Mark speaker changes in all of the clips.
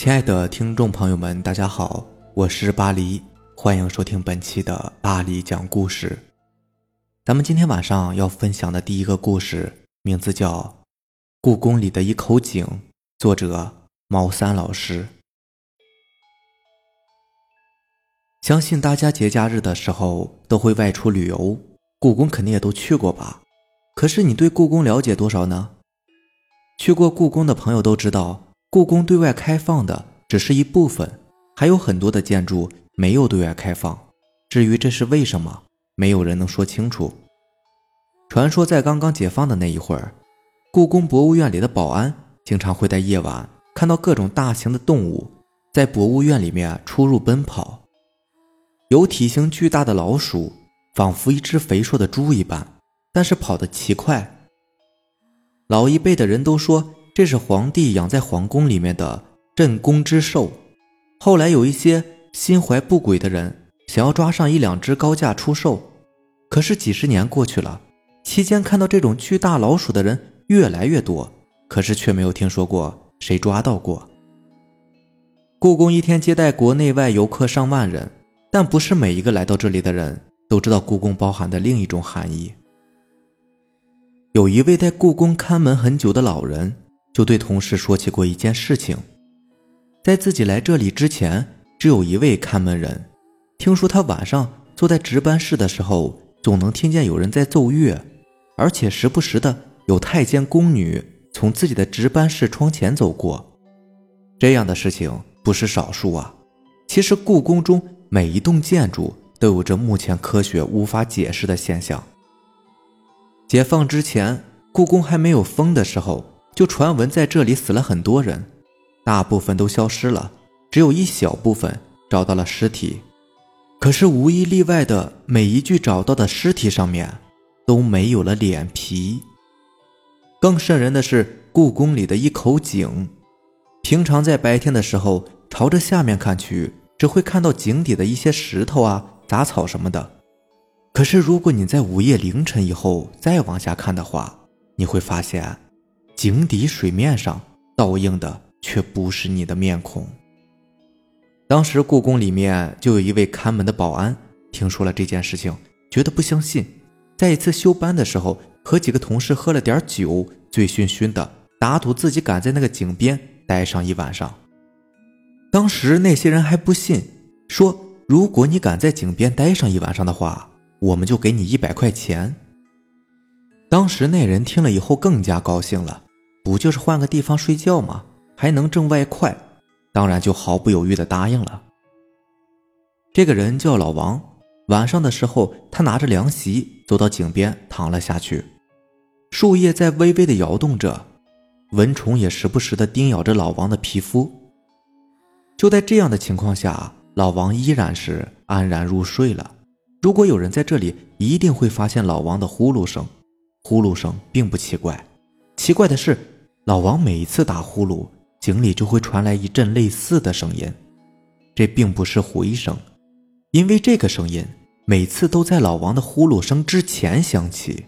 Speaker 1: 亲爱的听众朋友们，大家好，我是巴黎，欢迎收听本期的巴黎讲故事。咱们今天晚上要分享的第一个故事，名字叫《故宫里的一口井》，作者毛三老师。相信大家节假日的时候都会外出旅游，故宫肯定也都去过吧？可是你对故宫了解多少呢？去过故宫的朋友都知道，故宫对外开放的只是一部分，还有很多的建筑没有对外开放。至于这是为什么，没有人能说清楚。传说在刚刚解放的那一会儿，故宫博物院里的保安经常会在夜晚看到各种大型的动物在博物院里面出入奔跑。有体型巨大的老鼠，仿佛一只肥硕的猪一般，但是跑得奇快。老一辈的人都说这是皇帝养在皇宫里面的镇宫之兽。后来有一些心怀不轨的人想要抓上一两只高价出售，可是几十年过去了，期间看到这种巨大老鼠的人越来越多，可是却没有听说过谁抓到过。故宫一天接待国内外游客上万人，但不是每一个来到这里的人都知道故宫包含的另一种含义。有一位在故宫看门很久的老人就对同事说起过一件事情。在自己来这里之前，只有一位看门人，听说他晚上坐在值班室的时候总能听见有人在奏乐，而且时不时的有太监宫女从自己的值班室窗前走过。这样的事情不是少数啊。其实故宫中每一栋建筑都有着目前科学无法解释的现象。解放之前，故宫还没有封的时候，就传闻在这里死了很多人，大部分都消失了，只有一小部分找到了尸体。可是无一例外的，每一具找到的尸体上面都没有了脸皮。更瘆人的是故宫里的一口井，平常在白天的时候朝着下面看去，只会看到井底的一些石头啊、杂草什么的。可是如果你在午夜凌晨以后再往下看的话，你会发现井底水面上倒映的却不是你的面孔。当时故宫里面就有一位看门的保安听说了这件事情，觉得不相信，在一次休班的时候和几个同事喝了点酒，醉醺醺的，打赌自己敢在那个井边待上一晚上。当时那些人还不信，说如果你敢在井边待上一晚上的话，我们就给你100块钱。当时那人听了以后更加高兴了，不就是换个地方睡觉吗？还能挣外快，当然就毫不犹豫地答应了。这个人叫老王，晚上的时候他拿着凉席走到井边躺了下去，树叶在微微地摇动着，蚊虫也时不时地叮咬着老王的皮肤。就在这样的情况下，老王依然是安然入睡了。如果有人在这里，一定会发现老王的呼噜声。呼噜声并不奇怪，奇怪的是老王每一次打呼噜，井里就会传来一阵类似的声音。这并不是回声，因为这个声音每次都在老王的呼噜声之前响起。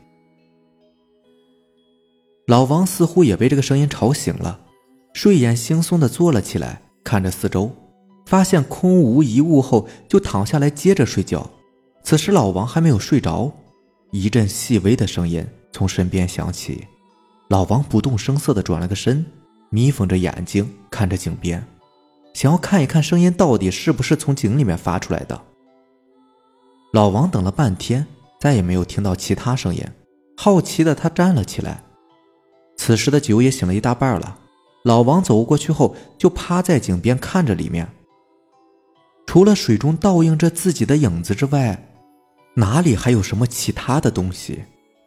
Speaker 1: 老王似乎也被这个声音吵醒了，睡眼惺忪地坐了起来，看着四周，发现空无一物后就躺下来接着睡觉。此时老王还没有睡着，一阵细微的声音从身边响起。老王不动声色地转了个身，眯缝着眼睛看着井边，想要看一看声音到底是不是从井里面发出来的。老王等了半天，再也没有听到其他声音，好奇的他站了起来。此时的酒也醒了一大半了，老王走过去后就趴在井边看着里面，除了水中倒映着自己的影子之外，哪里还有什么其他的东西？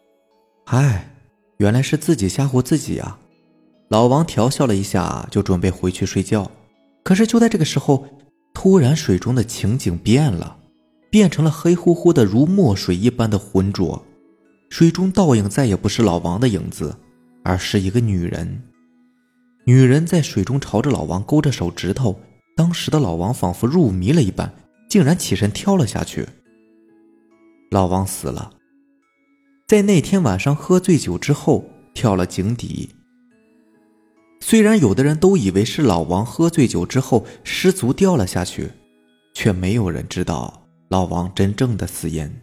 Speaker 1: 原来是自己吓唬自己啊。老王调笑了一下，就准备回去睡觉。可是就在这个时候，突然水中的情景变了，变成了黑乎乎的如墨水一般的浑浊。水中倒影再也不是老王的影子，而是一个女人。女人在水中朝着老王勾着手指头，当时的老王仿佛入迷了一般，竟然起身跳了下去。老王死了，在那天晚上喝醉酒之后跳了井底。 虽然有的人都以为是老王喝醉酒之后失足掉了下去，却没有人知道老王真正的死因。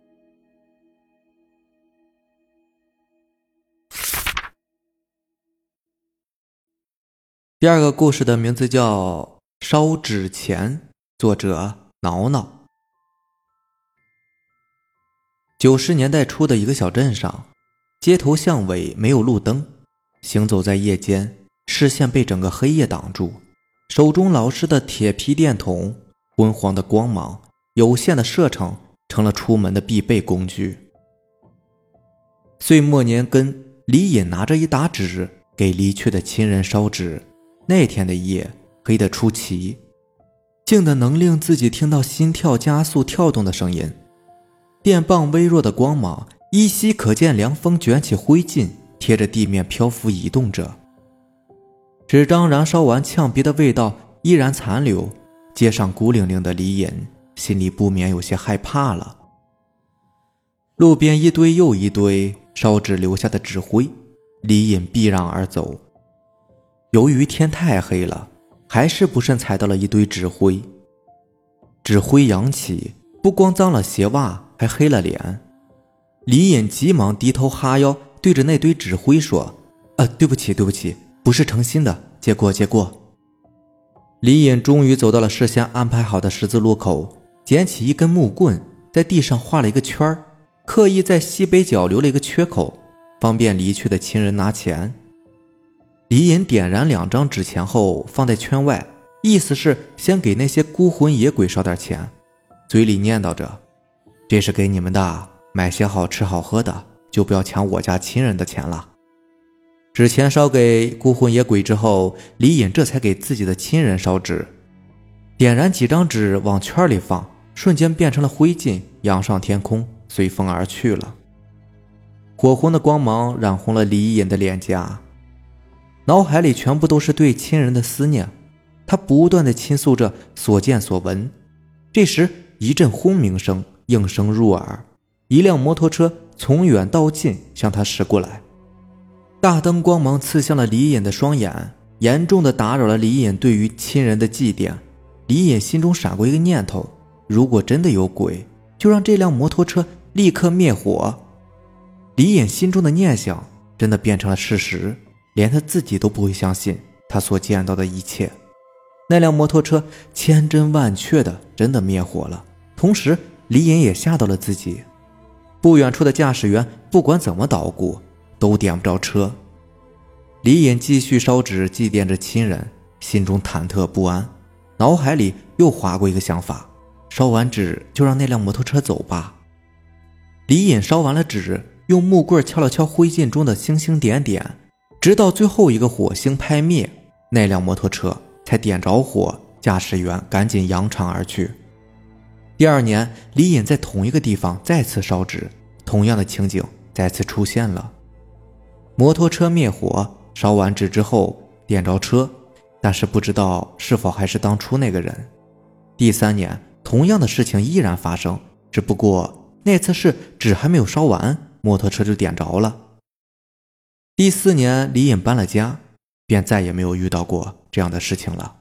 Speaker 1: 第二个故事的名字叫烧纸钱，作者挠挠。90年代初的一个小镇上，街头巷尾没有路灯，行走在夜间，视线被整个黑夜挡住，手中老式的铁皮电筒，昏黄的光芒，有限的射程成了出门的必备工具。岁末年根，李隐拿着一沓纸给离去的亲人烧纸。那天的夜黑得出奇，静得能令自己听到心跳加速跳动的声音。电棒微弱的光芒，依稀可见凉风卷起灰烬，贴着地面漂浮移动着。纸张燃烧完，呛鼻的味道依然残留。街上孤零零的李隐心里不免有些害怕了。路边一堆又一堆烧纸留下的纸灰，李隐避让而走。由于天太黑了，还是不慎踩到了一堆纸灰。纸灰扬起，不光脏了鞋袜，还黑了脸。李隐急忙低头哈腰，对着那堆纸灰说：对不起，不是诚心的，借过。李隐终于走到了事先安排好的十字路口，捡起一根木棍，在地上画了一个圈，刻意在西北角留了一个缺口，方便离去的亲人拿钱。李隐点燃2张纸钱后放在圈外，意思是先给那些孤魂野鬼烧点钱，嘴里念叨着：这是给你们的，买些好吃好喝的，就不要抢我家亲人的钱了。纸钱烧给孤魂野鬼之后，李隐这才给自己的亲人烧纸，点燃几张纸往圈里放，瞬间变成了灰烬，扬上天空，随风而去了。火红的光芒染红了李隐的脸颊，脑海里全部都是对亲人的思念，他不断地倾诉着所见所闻。这时一阵轰鸣声应声入耳，一辆摩托车从远到近向他驶过来，大灯光芒刺向了李隐的双眼，严重地打扰了李隐对于亲人的祭奠。李隐心中闪过一个念头，如果真的有鬼，就让这辆摩托车立刻灭火。李隐心中的念想真的变成了事实，连他自己都不会相信他所见到的一切。那辆摩托车千真万确的真的灭火了，同时李隐也吓到了自己。不远处的驾驶员不管怎么捣鼓都点不着车。李隐继续烧纸祭奠着亲人，心中忐忑不安，脑海里又划过一个想法，烧完纸就让那辆摩托车走吧。李隐烧完了纸，用木棍敲了敲灰烬中的星星点点，直到最后一个火星拍灭，那辆摩托车才点着火，驾驶员赶紧扬长而去。第2年，李隐在同一个地方再次烧纸，同样的情景再次出现了。摩托车灭火，烧完纸之后点着车，但是不知道是否还是当初那个人。第3年，同样的事情依然发生，只不过那次是纸还没有烧完，摩托车就点着了。第4年，李隐搬了家，便再也没有遇到过这样的事情了。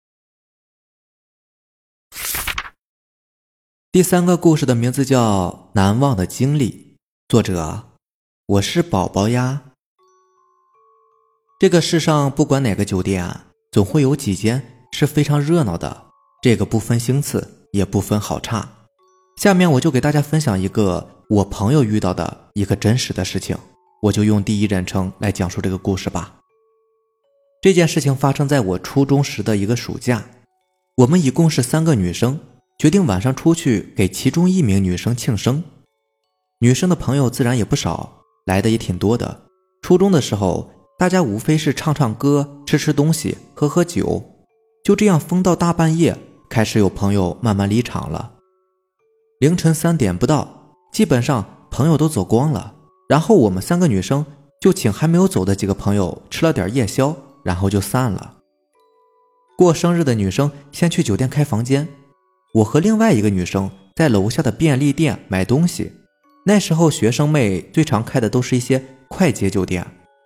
Speaker 1: 第3个故事的名字叫难忘的经历，作者我是宝宝呀。这个世上不管哪个酒店总会有几间是非常热闹的，这个不分星次也不分好差。下面我就给大家分享一个我朋友遇到的一个真实的事情，我就用第一人称来讲述这个故事吧。这件事情发生在我初中时的一个暑假，我们一共是3个女生，决定晚上出去给其中1名女生庆生。女生的朋友自然也不少，来的也挺多的。初中的时候，大家无非是唱唱歌，吃吃东西，喝喝酒，就这样疯到大半夜，开始有朋友慢慢离场了。凌晨3点不到，基本上朋友都走光了，然后我们3个女生就请还没有走的几个朋友吃了点夜宵，然后就散了。过生日的女生先去酒店开房间，我和另外一个女生在楼下的便利店买东西。那时候学生妹最常开的都是一些快捷酒店，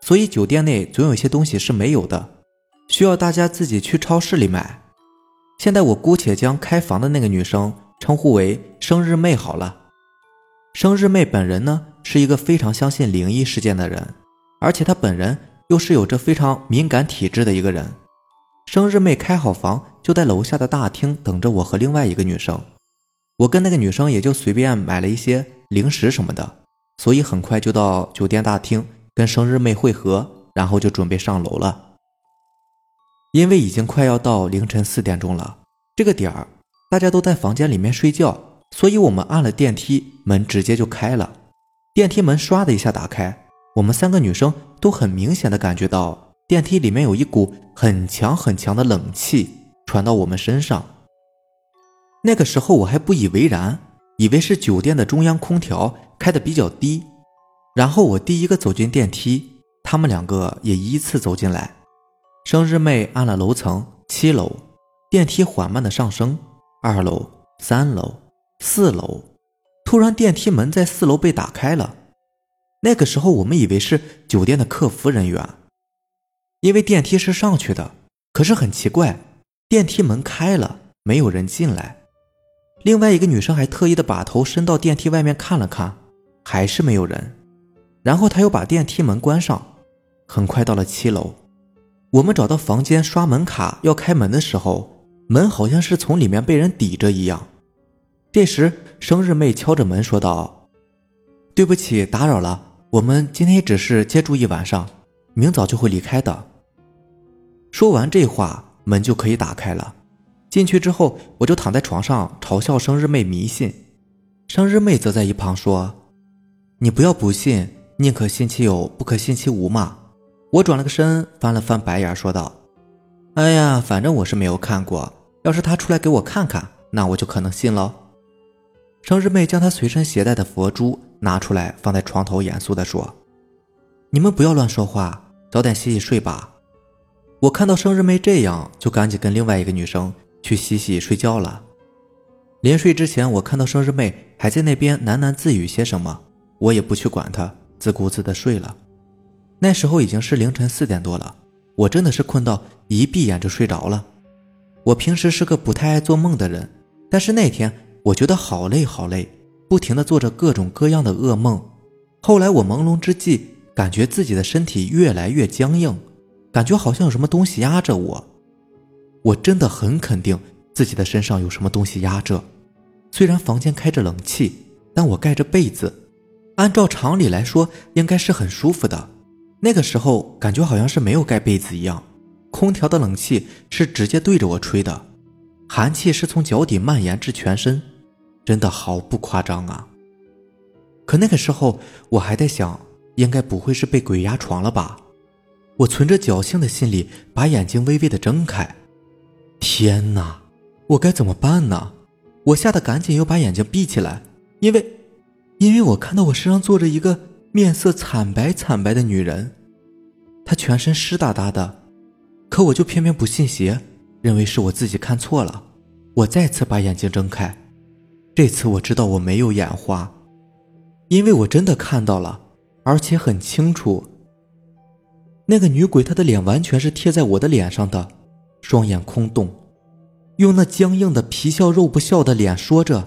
Speaker 1: 所以酒店内总有些东西是没有的，需要大家自己去超市里买。现在我姑且将开房的那个女生称呼为生日妹好了。生日妹本人呢，是一个非常相信灵异事件的人，而且她本人又是有着非常敏感体质的一个人。生日妹开好房就在楼下的大厅等着我和另外一个女生，我跟那个女生也就随便买了一些零食什么的，所以很快就到酒店大厅跟生日妹会合，然后就准备上楼了。因为已经快要到凌晨4点钟了，这个点儿大家都在房间里面睡觉，所以我们按了电梯，门直接就开了。电梯门唰的一下打开，我们3个女生都很明显的感觉到电梯里面有一股很强很强的冷气传到我们身上。那个时候我还不以为然，以为是酒店的中央空调开得比较低。然后我第一个走进电梯，她们2个也依次走进来。生日妹按了楼层7楼，电梯缓慢的上升，2楼、3楼、4楼，突然电梯门在4楼被打开了。那个时候我们以为是酒店的客服人员，因为电梯是上去的，可是很奇怪，电梯门开了，没有人进来。另外一个女生还特意的把头伸到电梯外面看了看，还是没有人。然后她又把电梯门关上，很快到了7楼。我们找到房间刷门卡要开门的时候，门好像是从里面被人抵着一样。这时生日妹敲着门说道：对不起打扰了，我们今天也只是借住一晚上，明早就会离开的。说完这话，门就可以打开了。进去之后，我就躺在床上嘲笑生日妹迷信。生日妹则在一旁说：你不要不信，宁可信其有，不可信其无嘛。我转了个身，翻了翻白眼说道：哎呀，反正我是没有看过，要是他出来给我看看，那我就可能信了。生日妹将她随身携带的佛珠拿出来放在床头，严肃地说：你们不要乱说话，早点洗洗睡吧。我看到生日妹这样，就赶紧跟另外一个女生去洗洗睡觉了。临睡之前，我看到生日妹还在那边喃喃自语些什么，我也不去管她，自顾自地睡了。那时候已经是凌晨4点多了，我真的是困到一闭眼就睡着了。我平时是个不太爱做梦的人，但是那天我觉得好累好累，不停地做着各种各样的噩梦。后来我朦胧之际，感觉自己的身体越来越僵硬，感觉好像有什么东西压着我。我真的很肯定自己的身上有什么东西压着。虽然房间开着冷气，但我盖着被子，按照常理来说应该是很舒服的。那个时候感觉好像是没有盖被子一样，空调的冷气是直接对着我吹的，寒气是从脚底蔓延至全身，真的好不夸张啊。可那个时候我还在想，应该不会是被鬼压床了吧。我存着侥幸的心理把眼睛微微的睁开。天哪，我该怎么办呢？我吓得赶紧又把眼睛闭起来，因为我看到我身上坐着一个面色惨白惨白的女人，她全身湿哒哒的。可我就偏偏不信邪，认为是我自己看错了。我再次把眼睛睁开，这次我知道我没有眼花，因为我真的看到了，而且很清楚。那个女鬼她的脸完全是贴在我的脸上的，双眼空洞，用那僵硬的皮笑肉不笑的脸说着：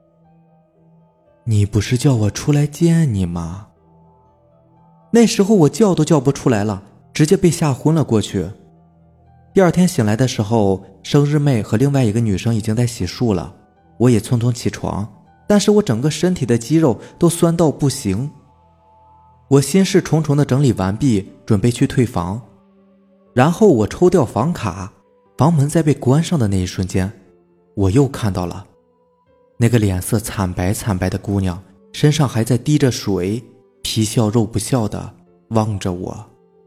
Speaker 1: 你不是叫我出来见你吗？那时候我叫都叫不出来了，直接被吓昏了过去。第二天醒来的时候，生日妹和另外一个女生已经在洗漱了，我也匆匆起床，但是我整个身体的肌肉都酸到不行。我心事重重地整理完毕，准备去退房。然后我抽掉房卡，房门在被关上的那一瞬间，我又看到了那个脸色惨白惨白的姑娘，身上还在滴着水，皮笑肉不笑地望着我。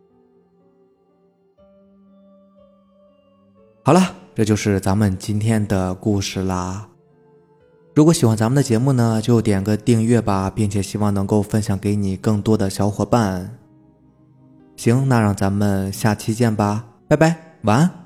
Speaker 1: 好了，这就是咱们今天的故事啦。如果喜欢咱们的节目呢，就点个订阅吧，并且希望能够分享给你更多的小伙伴。行，那让咱们下期见吧，拜拜，晚安。